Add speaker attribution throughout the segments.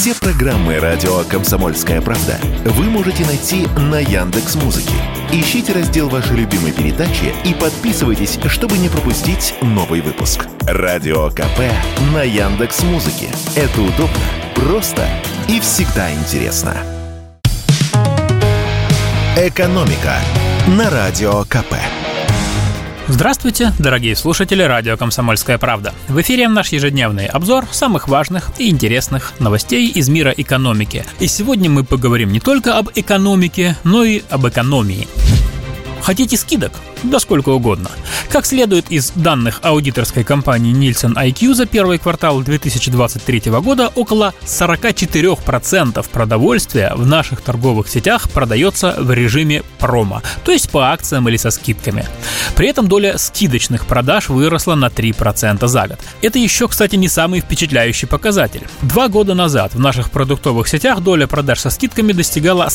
Speaker 1: Все программы радио «Комсомольская правда» вы можете найти на Яндекс.Музыке. Ищите раздел вашей любимой передачи и подписывайтесь, чтобы не пропустить новый выпуск. Радио КП на Яндекс.Музыке. Это удобно, просто и всегда интересно. «Экономика» на Радио КП.
Speaker 2: Здравствуйте, дорогие слушатели радио «Комсомольская правда». В эфире наш ежедневный обзор самых важных и интересных новостей из мира экономики. И сегодня мы поговорим не только об экономике, но и об экономии. Хотите скидок? Да сколько угодно. Как следует из данных аудиторской компании Nielsen IQ за первый квартал 2023 года, около 44% продовольствия в наших торговых сетях продается в режиме промо, то есть по акциям или со скидками. При этом доля скидочных продаж выросла на 3% за год. Это еще, кстати, не самый впечатляющий показатель. 2 года назад в наших продуктовых сетях доля продаж со скидками достигала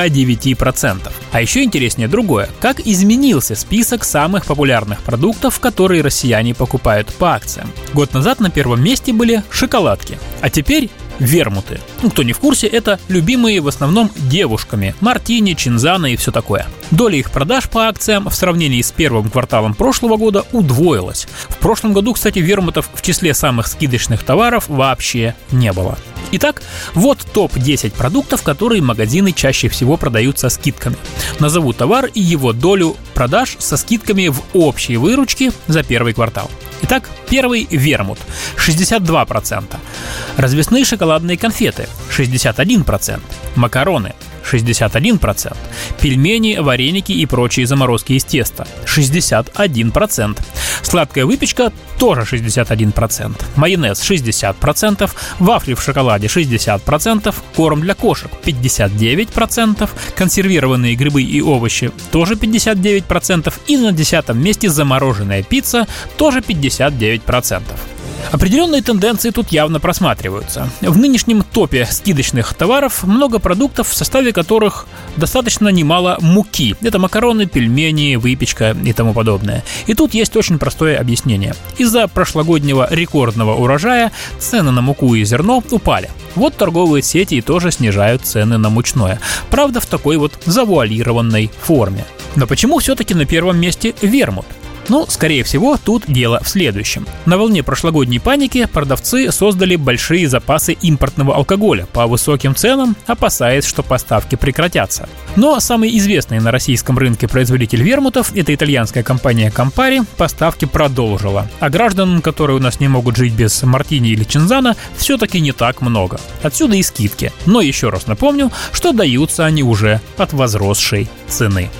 Speaker 2: 49%. А еще интереснее другое. Как изменился список самых популярных продуктов, которые россияне покупают по акциям. Год назад на первом месте были шоколадки, а теперь вермуты. Кто не в курсе, это любимые в основном девушками мартини, чинзано и все такое. Доля их продаж по акциям в сравнении с первым кварталом прошлого года удвоилась. В прошлом году, кстати, вермутов в числе самых скидочных товаров вообще не было. Итак, вот топ-10 продуктов, которые магазины чаще всего продают со скидками. Назову товар и его долю продаж со скидками в общей выручке за первый квартал. Итак, первый – вермут – 62%, развесные шоколадные конфеты – 61%, макароны – 61%, пельмени, вареники и прочие заморозки из теста – 61%, сладкая выпечка – тоже 61%, майонез – 60%, вафли в шоколаде – 60%, корм для кошек – 59%, консервированные грибы и овощи – тоже 59%, и на 10-м месте замороженная пицца – тоже 59%. Определенные тенденции тут явно просматриваются. В нынешнем топе скидочных товаров много продуктов, в составе которых достаточно немало муки. Это макароны, пельмени, выпечка и тому подобное. И тут есть очень простое объяснение. Из-за прошлогоднего рекордного урожая цены на муку и зерно упали. Вот торговые сети тоже снижают цены на мучное. Правда, в такой вот завуалированной форме. Но почему все-таки на первом месте вермут? Скорее всего, тут дело в следующем. На волне прошлогодней паники продавцы создали большие запасы импортного алкоголя по высоким ценам, опасаясь, что поставки прекратятся. Но самый известный на российском рынке производитель вермутов, это итальянская компания Campari, поставки продолжила. А граждан, которые у нас не могут жить без мартини или чинзано, все-таки не так много. Отсюда и скидки. Но еще раз напомню, что даются они уже от возросшей цены.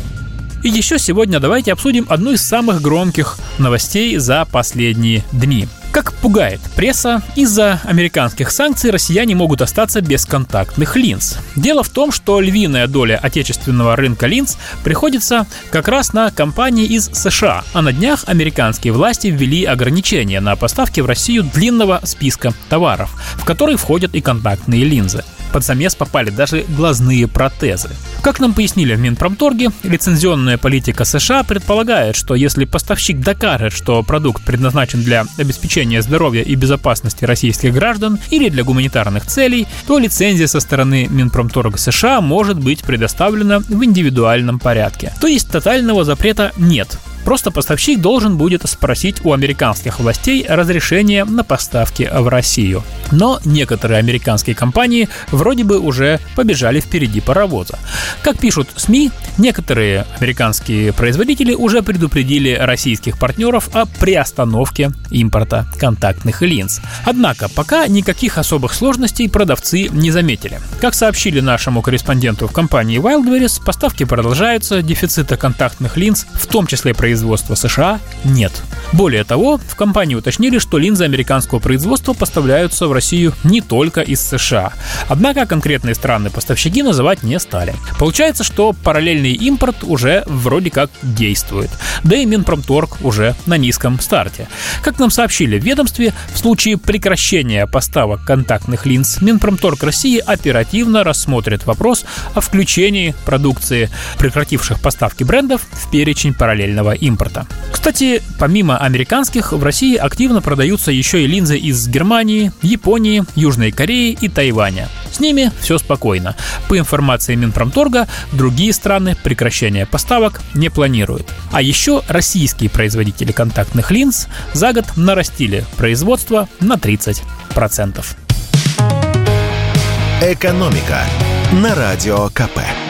Speaker 2: И еще сегодня давайте обсудим одну из самых громких новостей за последние дни. Как пугает пресса, из-за американских санкций россияне могут остаться без контактных линз. Дело в том, что львиная доля отечественного рынка линз приходится как раз на компании из США, а на днях американские власти ввели ограничения на поставки в Россию длинного списка товаров, в который входят и контактные линзы. Под замес попали даже глазные протезы. Как нам пояснили в Минпромторге, лицензионная политика США предполагает, что если поставщик докажет, что продукт предназначен для обеспечения здоровья и безопасности российских граждан или для гуманитарных целей, то лицензия со стороны Минпромторга США может быть предоставлена в индивидуальном порядке. То есть тотального запрета нет. Просто поставщик должен будет спросить у американских властей разрешение на поставки в Россию. Но некоторые американские компании вроде бы уже побежали впереди паровоза. Как пишут СМИ, некоторые американские производители уже предупредили российских партнеров о приостановке импорта контактных линз. Однако пока никаких особых сложностей продавцы не заметили. Как сообщили нашему корреспонденту в компании Wildberries, поставки продолжаются, дефицита контактных линз, в том числе производства США, нет. Более того, в компании уточнили, что линзы американского производства поставляются в Россию не только из США. Однако конкретные страны-поставщики называть не стали. Получается, что параллельный импорт уже вроде как действует. Да и Минпромторг уже на низком старте. Как нам сообщили в ведомстве, в случае прекращения поставок контактных линз Минпромторг России оперативно рассмотрит вопрос о включении продукции, прекративших поставки брендов, в перечень параллельного импорта. Кстати, помимо американских, в России активно продаются еще и линзы из Германии, Японии, Южной Кореи и Тайваня. С ними все спокойно. По информации Минпромторга, другие страны прекращения поставок не планируют. А еще российские производители контактных линз за год нарастили производство на 30%.
Speaker 1: «Экономика» на Радио КП.